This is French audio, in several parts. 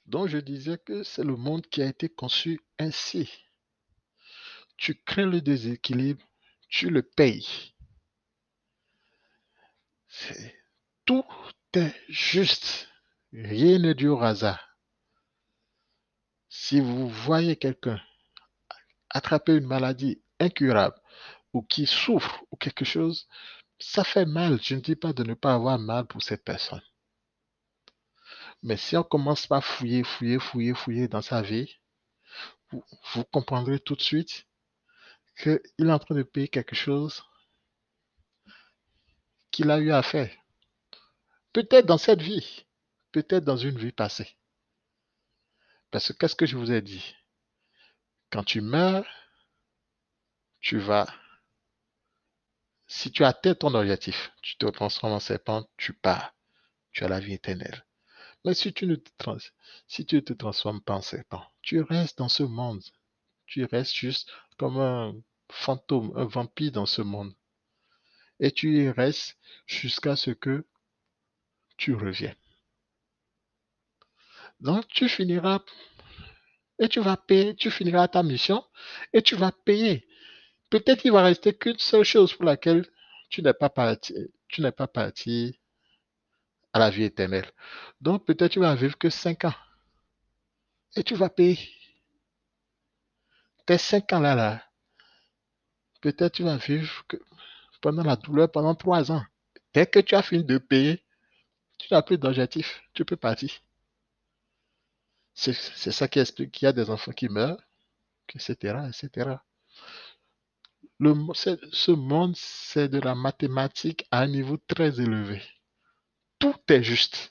Donc je disais que c'est le monde qui a été conçu ainsi. Tu crées le déséquilibre, tu le payes. C'est- Tout est juste. Rien n'est dû au hasard. Si vous voyez quelqu'un attraper une maladie incurable ou qui souffre ou quelque chose, ça fait mal. Je ne dis pas de ne pas avoir mal pour cette personne. Mais si on commence par fouiller, fouiller, fouiller, fouiller dans sa vie, vous, vous comprendrez tout de suite qu'il est en train de payer quelque chose qu'il a eu à faire. Peut-être dans cette vie, peut-être dans une vie passée. Parce que qu'est-ce que je vous ai dit? Quand tu meurs, tu vas, si tu atteins ton objectif, tu te transformes en serpent, tu pars, tu as la vie éternelle. Mais si tu ne te transformes pas en serpent, tu restes dans ce monde. Tu restes juste comme un fantôme, un vampire dans ce monde. Et tu y restes jusqu'à ce que tu reviennes. Donc tu finiras et tu vas payer, tu finiras ta mission et tu vas payer. Peut-être qu'il va rester qu'une seule chose pour laquelle tu n'es pas parti à la vie éternelle. Donc peut-être tu vas vivre que 5 ans et tu vas payer. Tes 5 ans là, peut-être tu vas vivre que pendant la douleur pendant 3 ans. Dès que tu as fini de payer, tu n'as plus d'objectif, tu peux partir. C'est ça qui explique qu'il y a des enfants qui meurent, etc., etc. Ce monde, c'est de la mathématique à un niveau très élevé. Tout est juste.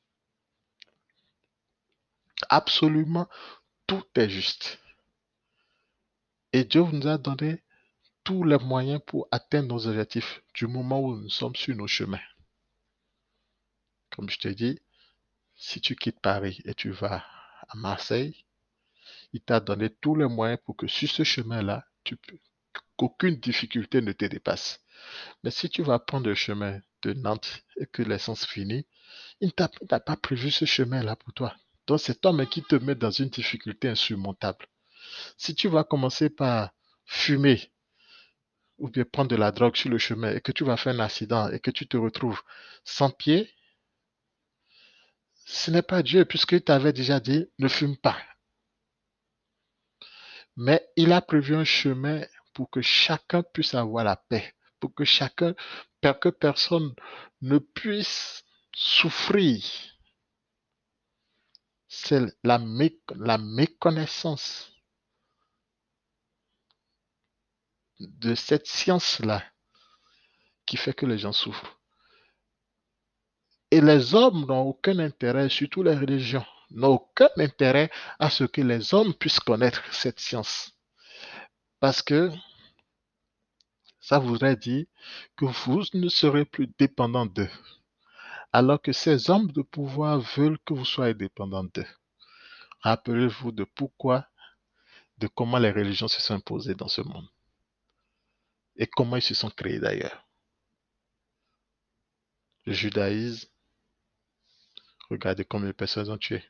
Absolument tout est juste. Et Dieu nous a donné tous les moyens pour atteindre nos objectifs du moment où nous sommes sur nos chemins. Comme je te dis, si tu quittes Paris et tu vas à Marseille, il t'a donné tous les moyens pour que sur ce chemin-là, qu'aucune difficulté ne te dépasse. Mais si tu vas prendre le chemin de Nantes et que l'essence finit, il n'a pas prévu ce chemin-là pour toi. Donc c'est toi-même qui te mets dans une difficulté insurmontable. Si tu vas commencer par fumer ou bien prendre de la drogue sur le chemin et que tu vas faire un accident et que tu te retrouves sans pied, ce n'est pas Dieu puisqu'il t'avait déjà dit ne fume pas. Mais il a prévu un chemin pour que chacun puisse avoir la paix, pour que que personne ne puisse souffrir. C'est la méconnaissance de cette science-là qui fait que les gens souffrent. Et les hommes n'ont aucun intérêt, surtout les religions, n'ont aucun intérêt à ce que les hommes puissent connaître cette science. Parce que ça voudrait dire que vous ne serez plus dépendant d'eux. Alors que ces hommes de pouvoir veulent que vous soyez dépendant d'eux. Rappelez-vous de pourquoi, de comment les religions se sont imposées dans ce monde. Et comment ils se sont créés d'ailleurs. Le judaïsme, regardez combien de personnes ont tué.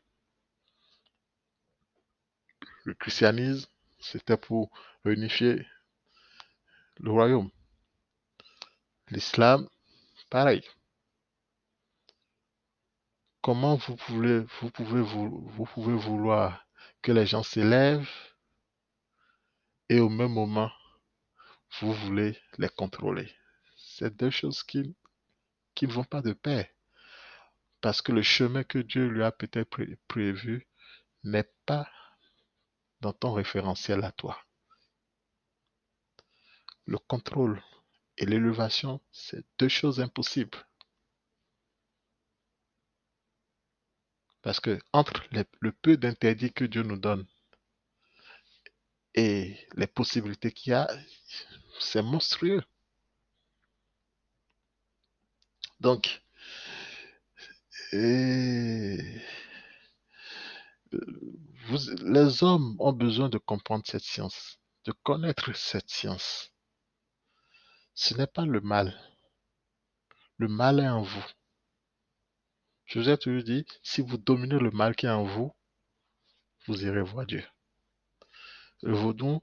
Le christianisme, c'était pour réunifier le royaume. L'islam, pareil. Comment vous pouvez vouloir que les gens s'élèvent et au même moment, vous voulez les contrôler. C'est deux choses qui ne vont pas de pair. Parce que le chemin que Dieu lui a peut-être prévu n'est pas dans ton référentiel à toi. Le contrôle et l'élévation, c'est deux choses impossibles. Parce que entre le peu d'interdits que Dieu nous donne et les possibilités qu'il y a, c'est monstrueux. Donc, et, les hommes ont besoin de comprendre cette science, de connaître cette science. Ce n'est pas le mal. Le mal est en vous. Je vous ai toujours dit, si vous dominez le mal qui est en vous, vous irez voir Dieu. Le vaudou,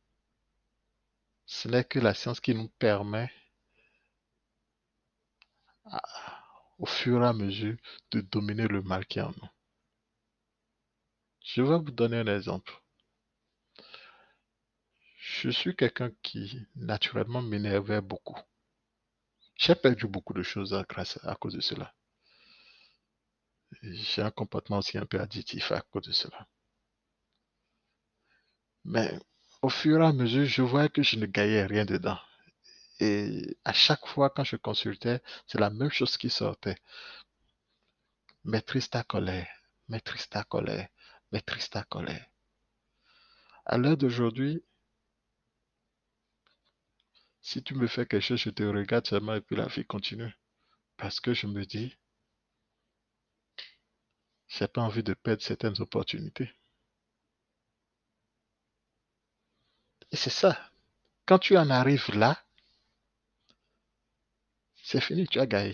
ce n'est que la science qui nous permet, à- au fur et à mesure, de dominer le mal qui est en nous. Je vais vous donner un exemple. Je suis quelqu'un qui, naturellement, m'énervait beaucoup. J'ai perdu beaucoup de choses à cause de cela. J'ai un comportement aussi un peu addictif à cause de cela. Mais au fur et à mesure, je voyais que je ne gagnais rien dedans. Et à chaque fois, quand je consultais, c'est la même chose qui sortait. Maîtrise ta colère, maîtrise ta colère, maîtrise ta colère. À l'heure d'aujourd'hui, si tu me fais quelque chose, je te regarde seulement et puis la vie continue. Parce que je me dis, j'ai pas envie de perdre certaines opportunités. Et c'est ça. Quand tu en arrives là, c'est fini, tu as gagné.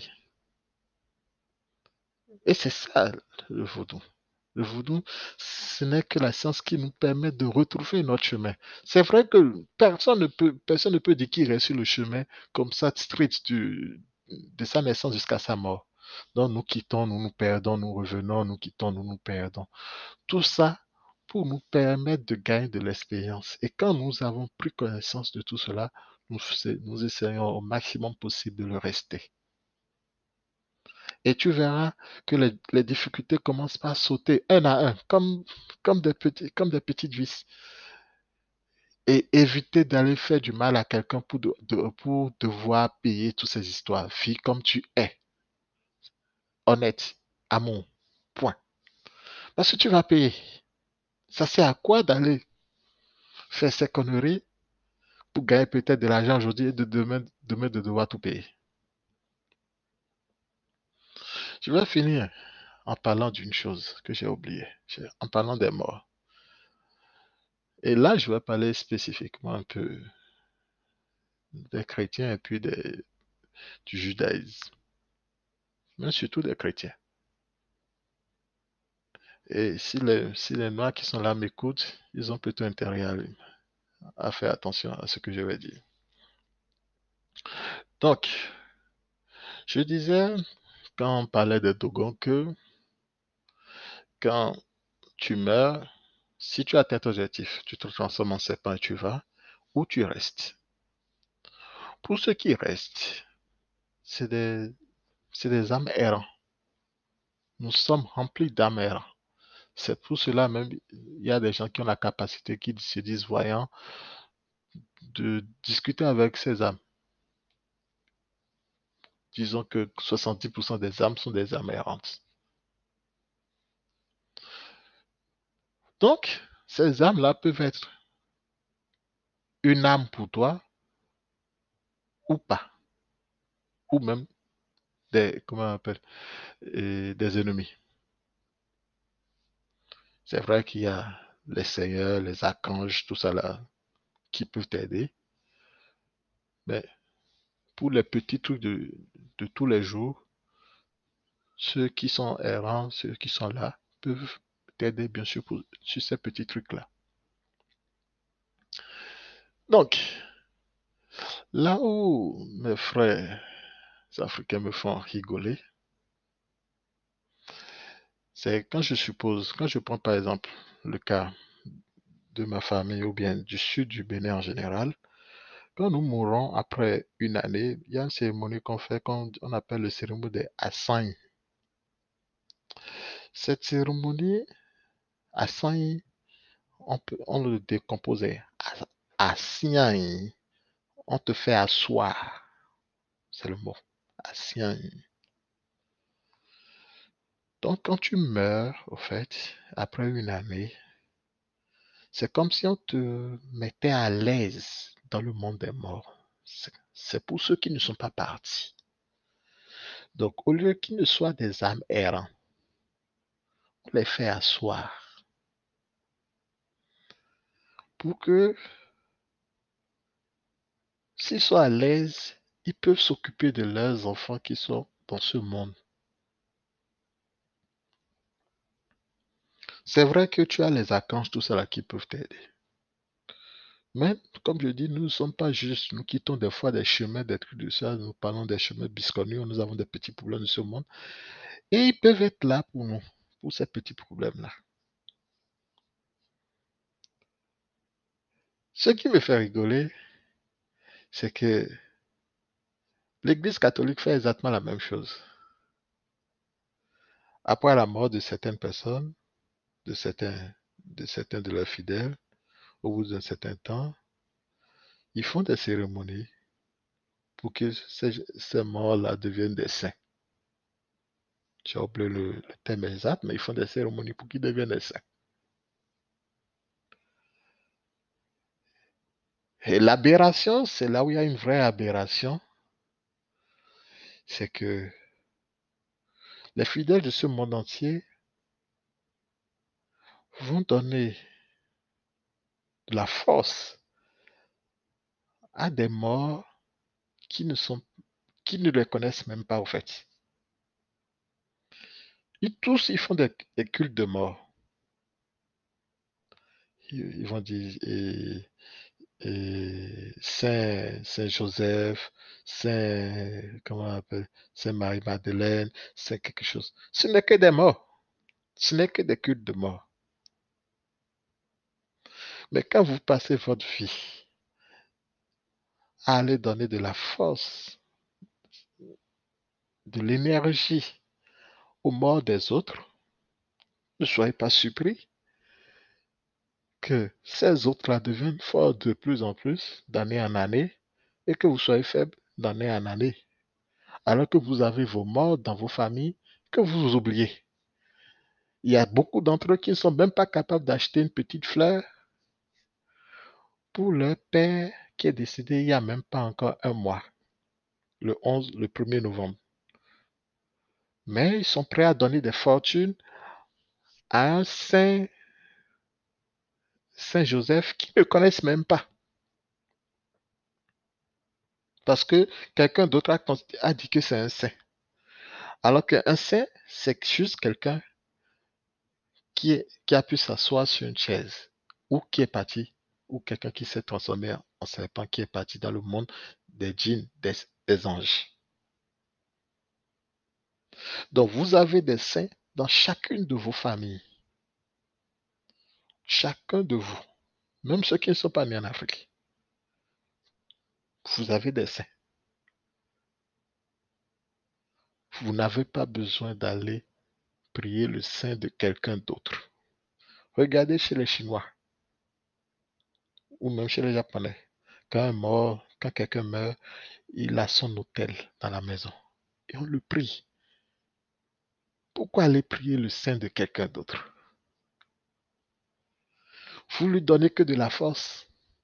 Et c'est ça le vaudou. Le vaudou, ce n'est que la science qui nous permet de retrouver notre chemin. C'est vrai que personne ne peut dire qu'il reste sur le chemin comme ça, straight de sa naissance jusqu'à sa mort. Donc nous quittons, nous nous perdons, nous revenons, nous quittons, nous nous perdons. Tout ça pour nous permettre de gagner de l'expérience. Et quand nous avons pris connaissance de tout cela, nous essayons au maximum possible de le rester. Et tu verras que les difficultés commencent par sauter un à un, comme des petites vis. Et éviter d'aller faire du mal à quelqu'un pour devoir payer toutes ces histoires. Fille comme tu es, honnête, amour, point. Parce que tu vas payer. Ça sert à quoi d'aller faire ces conneries pour gagner peut-être de l'argent aujourd'hui et demain de devoir tout payer? Je vais finir en parlant d'une chose que j'ai oubliée, en parlant des morts. Et là, je vais parler spécifiquement un peu des chrétiens et puis du judaïsme, mais surtout des chrétiens. Et si les noirs qui sont là m'écoutent, ils ont plutôt intérêt à faire attention à ce que je vais dire. Donc, je disais, quand on parlait de Dogon, que quand tu meurs, si tu atteins ton objectif, tu te transformes en serpent et tu vas, ou tu restes. Pour ceux qui restent, c'est des, c'est des âmes errantes. Nous sommes remplis d'âmes errantes. C'est pour cela même, il y a des gens qui ont la capacité, qui se disent voyants, de discuter avec ces âmes. Disons que 70% des âmes sont des âmes errantes. Donc, ces âmes-là peuvent être une âme pour toi ou pas, ou même comment on appelle, des ennemis. C'est vrai qu'il y a les seigneurs, les archanges, tout ça là, qui peuvent t'aider, mais pour les petits trucs de tous les jours, ceux qui sont errants, ceux qui sont là, peuvent t'aider bien sûr sur ces petits trucs-là. Donc, là où mes frères africains me font rigoler, c'est quand je prends par exemple le cas de ma famille ou bien du sud du Bénin en général, quand nous mourons après une année, il y a une cérémonie qu'on fait qu'on on appelle le cérémonie des Assailles. Cette cérémonie, Assailles, on le décomposait. Assailles, on te fait asseoir. C'est le mot. Assailles. Donc, quand tu meurs, au fait, après une année, c'est comme si on te mettait à l'aise dans le monde des morts. C'est pour ceux qui ne sont pas partis. Donc, au lieu qu'ils ne soient des âmes errantes, on les fait asseoir pour que, s'ils sont à l'aise, ils peuvent s'occuper de leurs enfants qui sont dans ce monde. C'est vrai que tu as les archanges, tout cela qui peuvent t'aider. Mais, comme je dis, nous ne sommes pas justes. Nous quittons des fois des chemins, des trucs de ça. Nous parlons des chemins biscornus. Nous avons des petits problèmes de ce monde. Et ils peuvent être là pour nous, pour ces petits problèmes-là. Ce qui me fait rigoler, c'est que l'Église catholique fait exactement la même chose. Après la mort de certaines personnes, de certains de leurs fidèles, au bout d'un certain temps, ils font des cérémonies pour que ces morts-là deviennent des saints. J'ai oublié le thème exact, mais ils font des cérémonies pour qu'ils deviennent des saints. Et l'aberration, c'est là où il y a une vraie aberration, c'est que les fidèles de ce monde entier vont donner de la force à des morts qui ne les connaissent même pas, au fait. Tous, ils font des cultes de mort. Ils vont dire Saint Joseph, comment on appelle, Saint Marie-Madeleine, Saint quelque chose. Ce n'est que des morts. Ce n'est que des cultes de mort. Mais quand vous passez votre vie à aller donner de la force, de l'énergie aux morts des autres, ne soyez pas surpris que ces autres-là deviennent forts de plus en plus d'année en année et que vous soyez faible d'année en année. Alors que vous avez vos morts dans vos familles que vous oubliez. Il y a beaucoup d'entre eux qui ne sont même pas capables d'acheter une petite fleur pour leur père qui est décédé il n'y a même pas encore un mois, le 1er novembre. Mais ils sont prêts à donner des fortunes à un Saint Joseph qu'ils ne connaissent même pas. Parce que quelqu'un d'autre a dit que c'est un saint. Alors qu'un saint, c'est juste quelqu'un qui a pu s'asseoir sur une chaise ou qui est parti, ou quelqu'un qui s'est transformé en serpent, qui est parti dans le monde des djinns, des anges. Donc vous avez des saints dans chacune de vos familles. Chacun de vous, même ceux qui ne sont pas nés en Afrique, vous avez des saints. Vous n'avez pas besoin d'aller prier le saint de quelqu'un d'autre. Regardez chez les Chinois ou même chez les Japonais. Quand quelqu'un meurt, il a son autel dans la maison et on le prie. Pourquoi aller prier le saint de quelqu'un d'autre? Vous lui donnez que de la force.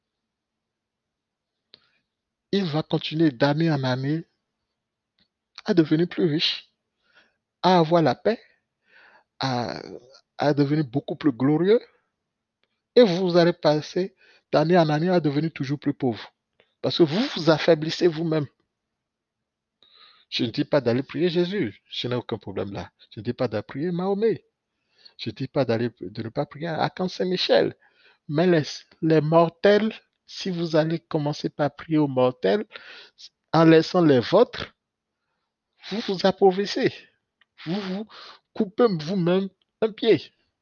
Il va continuer d'année en année à devenir plus riche, à avoir la paix, à, à devenir beaucoup plus glorieux. Et vous allez passer d'année en année à devenir toujours plus pauvre. Parce que vous vous affaiblissez vous-même. Je ne dis pas d'aller prier Jésus. Je n'ai aucun problème là. Je ne dis pas d'aller prier Mahomet. Je ne dis pas de ne pas prier à Camp Saint-Michel. Mais les mortels, si vous allez commencer par prier aux mortels, en laissant les vôtres, vous vous appauvrissez. Vous vous coupez vous-même un pied.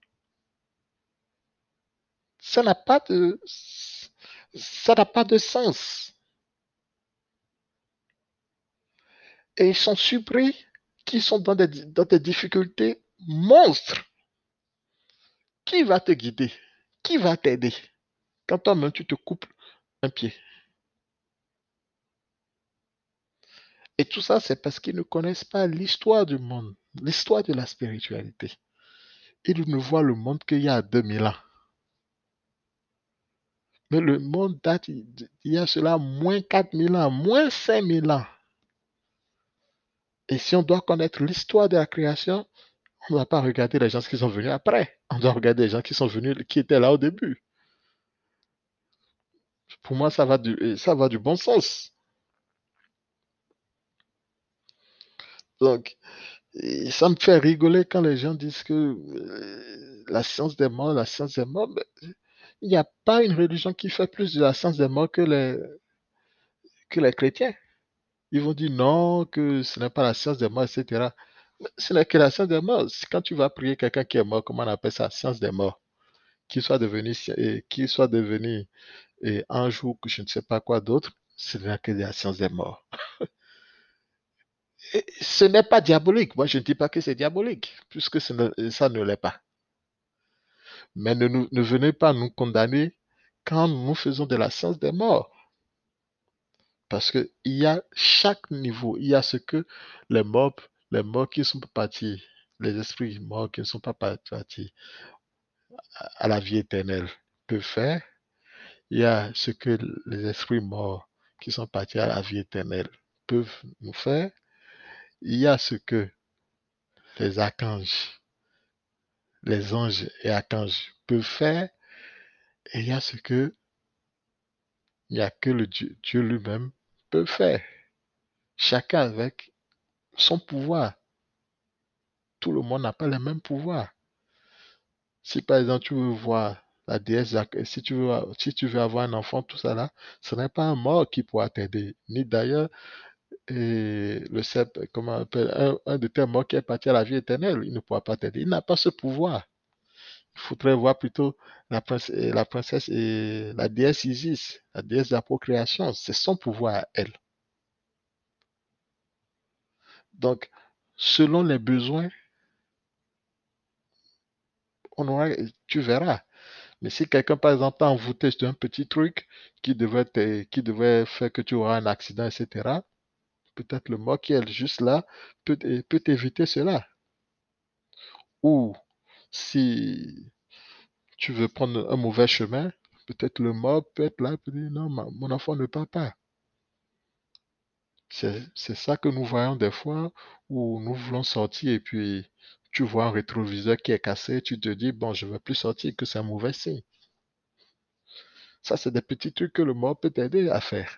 Ça n'a pas de, ça n'a pas de sens. Et ils sont surpris qu'ils sont dans des difficultés monstres. Qui va te guider? Qui va t'aider quand toi-même tu te coupes un pied? Et tout ça, c'est parce qu'ils ne connaissent pas l'histoire du monde, l'histoire de la spiritualité. Ils ne voient le monde qu'il y a 2000 ans. Mais le monde date il y a cela moins 4000 ans, moins 5000 ans. Et si on doit connaître l'histoire de la création, on ne doit pas regarder les gens qui sont venus après. On doit regarder les gens qui sont venus, qui étaient là au début. Pour moi, ça va du bon sens. Donc, et ça me fait rigoler quand les gens disent que la science des morts, mais il n'y a pas une religion qui fait plus de la science des morts que les chrétiens. Ils vont dire non, que ce n'est pas la science des morts, etc. Mais ce n'est que la science des morts. Quand tu vas prier quelqu'un qui est mort, comment on appelle ça? Science des morts. Qu'il soit devenu ange ou que je ne sais pas quoi d'autre, ce n'est que de la science des morts. Et ce n'est pas diabolique. Moi, je ne dis pas que c'est diabolique, puisque ça ne l'est pas. Mais ne venez pas nous condamner quand nous faisons de la science des morts. Parce qu'il y a chaque niveau, il y a ce que les morts, les morts qui ne sont pas partis, les esprits morts qui ne sont pas partis à la vie éternelle peuvent faire. Il y a ce que les esprits morts qui sont partis à la vie éternelle peuvent nous faire. Il y a ce que les archanges, les anges et archanges peuvent faire. Et il y a ce que il n'y a que le Dieu lui-même peut faire. Chacun avec son pouvoir. Tout le monde n'a pas le même pouvoir. Si par exemple tu veux voir la déesse, si tu veux avoir un enfant, tout ça là, ce n'est pas un mort qui pourra t'aider. Ni d'ailleurs comment on appelle, un de tes morts qui est parti à la vie éternelle, il ne pourra pas t'aider. Il n'a pas ce pouvoir. Il faudrait voir plutôt la princesse et la déesse Isis, la déesse de la procréation. C'est son pouvoir à elle. Donc, selon les besoins, tu verras. Mais si quelqu'un, par exemple, t'a envoûté sur un petit truc qui devrait faire que tu auras un accident, etc., peut-être le mort qui est juste là peut t'éviter cela. Ou si tu veux prendre un mauvais chemin, peut-être le mort peut être là pour dire non, mon enfant ne part pas. C'est ça que nous voyons des fois où nous voulons sortir et puis tu vois un rétroviseur qui est cassé, tu te dis, bon, je ne veux plus sortir, que c'est un mauvais signe. Ça, c'est des petits trucs que le mort peut t'aider à faire.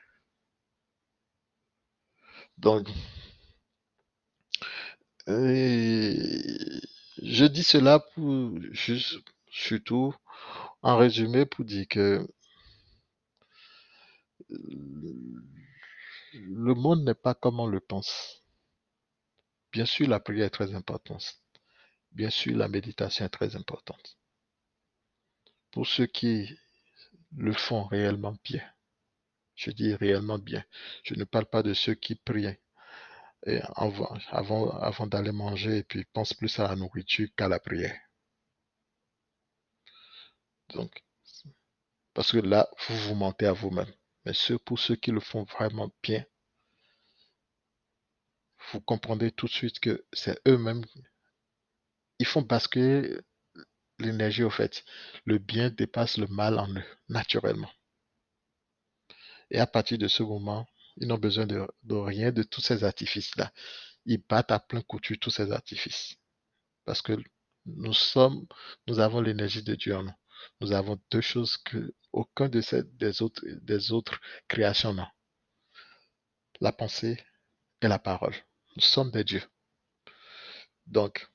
Donc, je dis cela pour juste, surtout, en résumé, pour dire que le monde n'est pas comme on le pense. Bien sûr, la prière est très importante. Bien sûr, la méditation est très importante. Pour ceux qui le font réellement bien, je dis réellement bien. Je ne parle pas de ceux qui prient avant d'aller manger et puis pensent plus à la nourriture qu'à la prière. Donc, parce que là, vous vous mentez à vous-même. Mais pour ceux qui le font vraiment bien, vous comprendrez tout de suite que c'est eux-mêmes, ils font basculer l'énergie au fait. Le bien dépasse le mal en eux, naturellement. Et à partir de ce moment, ils n'ont besoin de rien de tous ces artifices-là. Ils battent à plein couture tous ces artifices. Parce que nous sommes, nous avons l'énergie de Dieu en nous. Nous avons deux choses que aucun des autres créations n'a. La pensée et la parole. Nous sommes des dieux. Donc,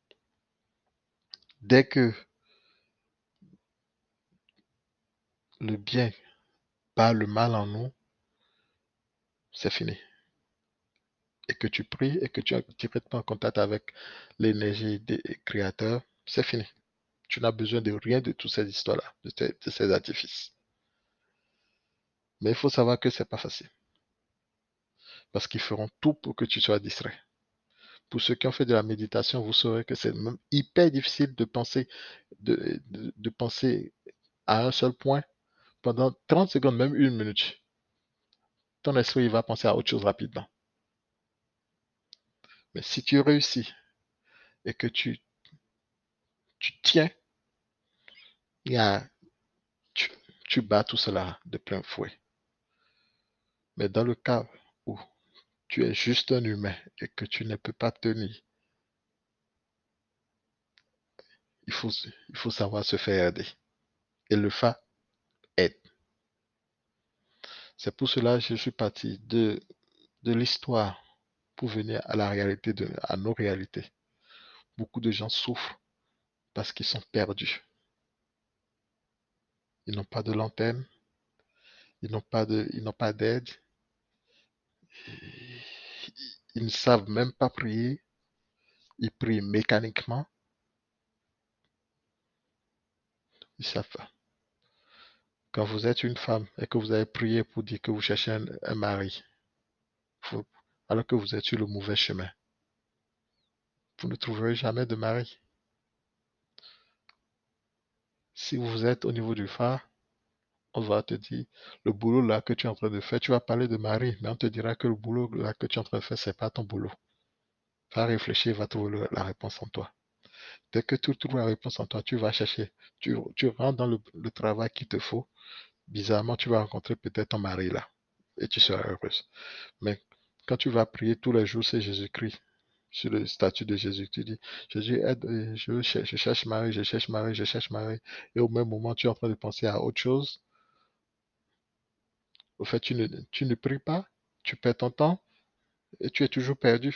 dès que le bien bat le mal en nous, c'est fini. Et que tu pries et que tu es directement en contact avec l'énergie des créateurs, c'est fini. Tu n'as besoin de rien de toutes ces histoires-là, de ces artifices. Mais il faut savoir que c'est pas facile. Parce qu'ils feront tout pour que tu sois distrait. Pour ceux qui ont fait de la méditation, vous saurez que c'est même hyper difficile de penser à un seul point pendant 30 secondes, même une minute. Ton esprit il va penser à autre chose rapidement. Mais si tu réussis et que tu tiens, il y a, tu, tu bats tout cela de plein fouet. Mais dans le cas où tu es juste un humain et que tu ne peux pas tenir, il faut savoir se faire aider. Et le fa aide. C'est pour cela que je suis parti de l'histoire pour venir à la réalité, à nos réalités. Beaucoup de gens souffrent parce qu'ils sont perdus. Ils n'ont pas de lanterne, ils n'ont pas d'aide, ils ne savent même pas prier, ils prient mécaniquement, ils savent pas. Quand vous êtes une femme et que vous avez prié pour dire que vous cherchez un mari, vous- alors que vous êtes sur le mauvais chemin, vous ne trouverez jamais de mari. Si vous êtes au niveau du phare, on va te dire, le boulot là que tu es en train de faire, tu vas parler de mari, mais on te dira que le boulot là que tu es en train de faire, c'est pas ton boulot. Va réfléchir, va trouver la réponse en toi. Dès que tu trouves la réponse en toi, tu vas chercher, tu rentres dans le travail qu'il te faut. Bizarrement, tu vas rencontrer peut-être ton mari là, et tu seras heureuse. Mais quand tu vas prier tous les jours, c'est Jésus-Christ. Sur le statut de Jésus, tu dis, Jésus aide, je cherche Marie, je cherche Marie, je cherche Marie. Et au même moment, tu es en train de penser à autre chose. Au fait, tu ne pries pas, tu perds ton temps et tu es toujours perdu.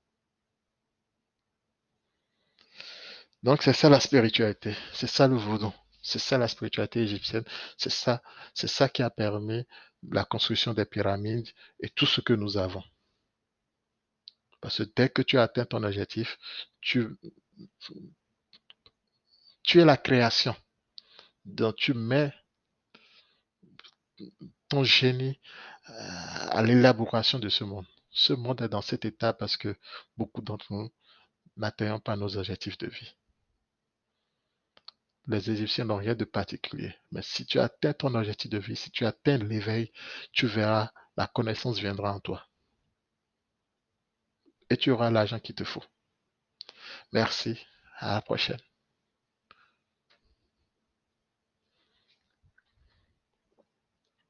Donc, c'est ça la spiritualité. C'est ça le vaudou. C'est ça la spiritualité égyptienne. C'est ça, c'est ça qui a permis la construction des pyramides et tout ce que nous avons. Parce que dès que tu atteins ton objectif, tu, tu es la création. Donc, tu mets ton génie à l'élaboration de ce monde. Ce monde est dans cet état parce que beaucoup d'entre nous n'atteignons pas nos objectifs de vie. Les Égyptiens n'ont rien de particulier. Mais si tu atteins ton objectif de vie, si tu atteins l'éveil, tu verras, la connaissance viendra en toi. Et tu auras l'argent qu'il te faut. Merci. À la prochaine.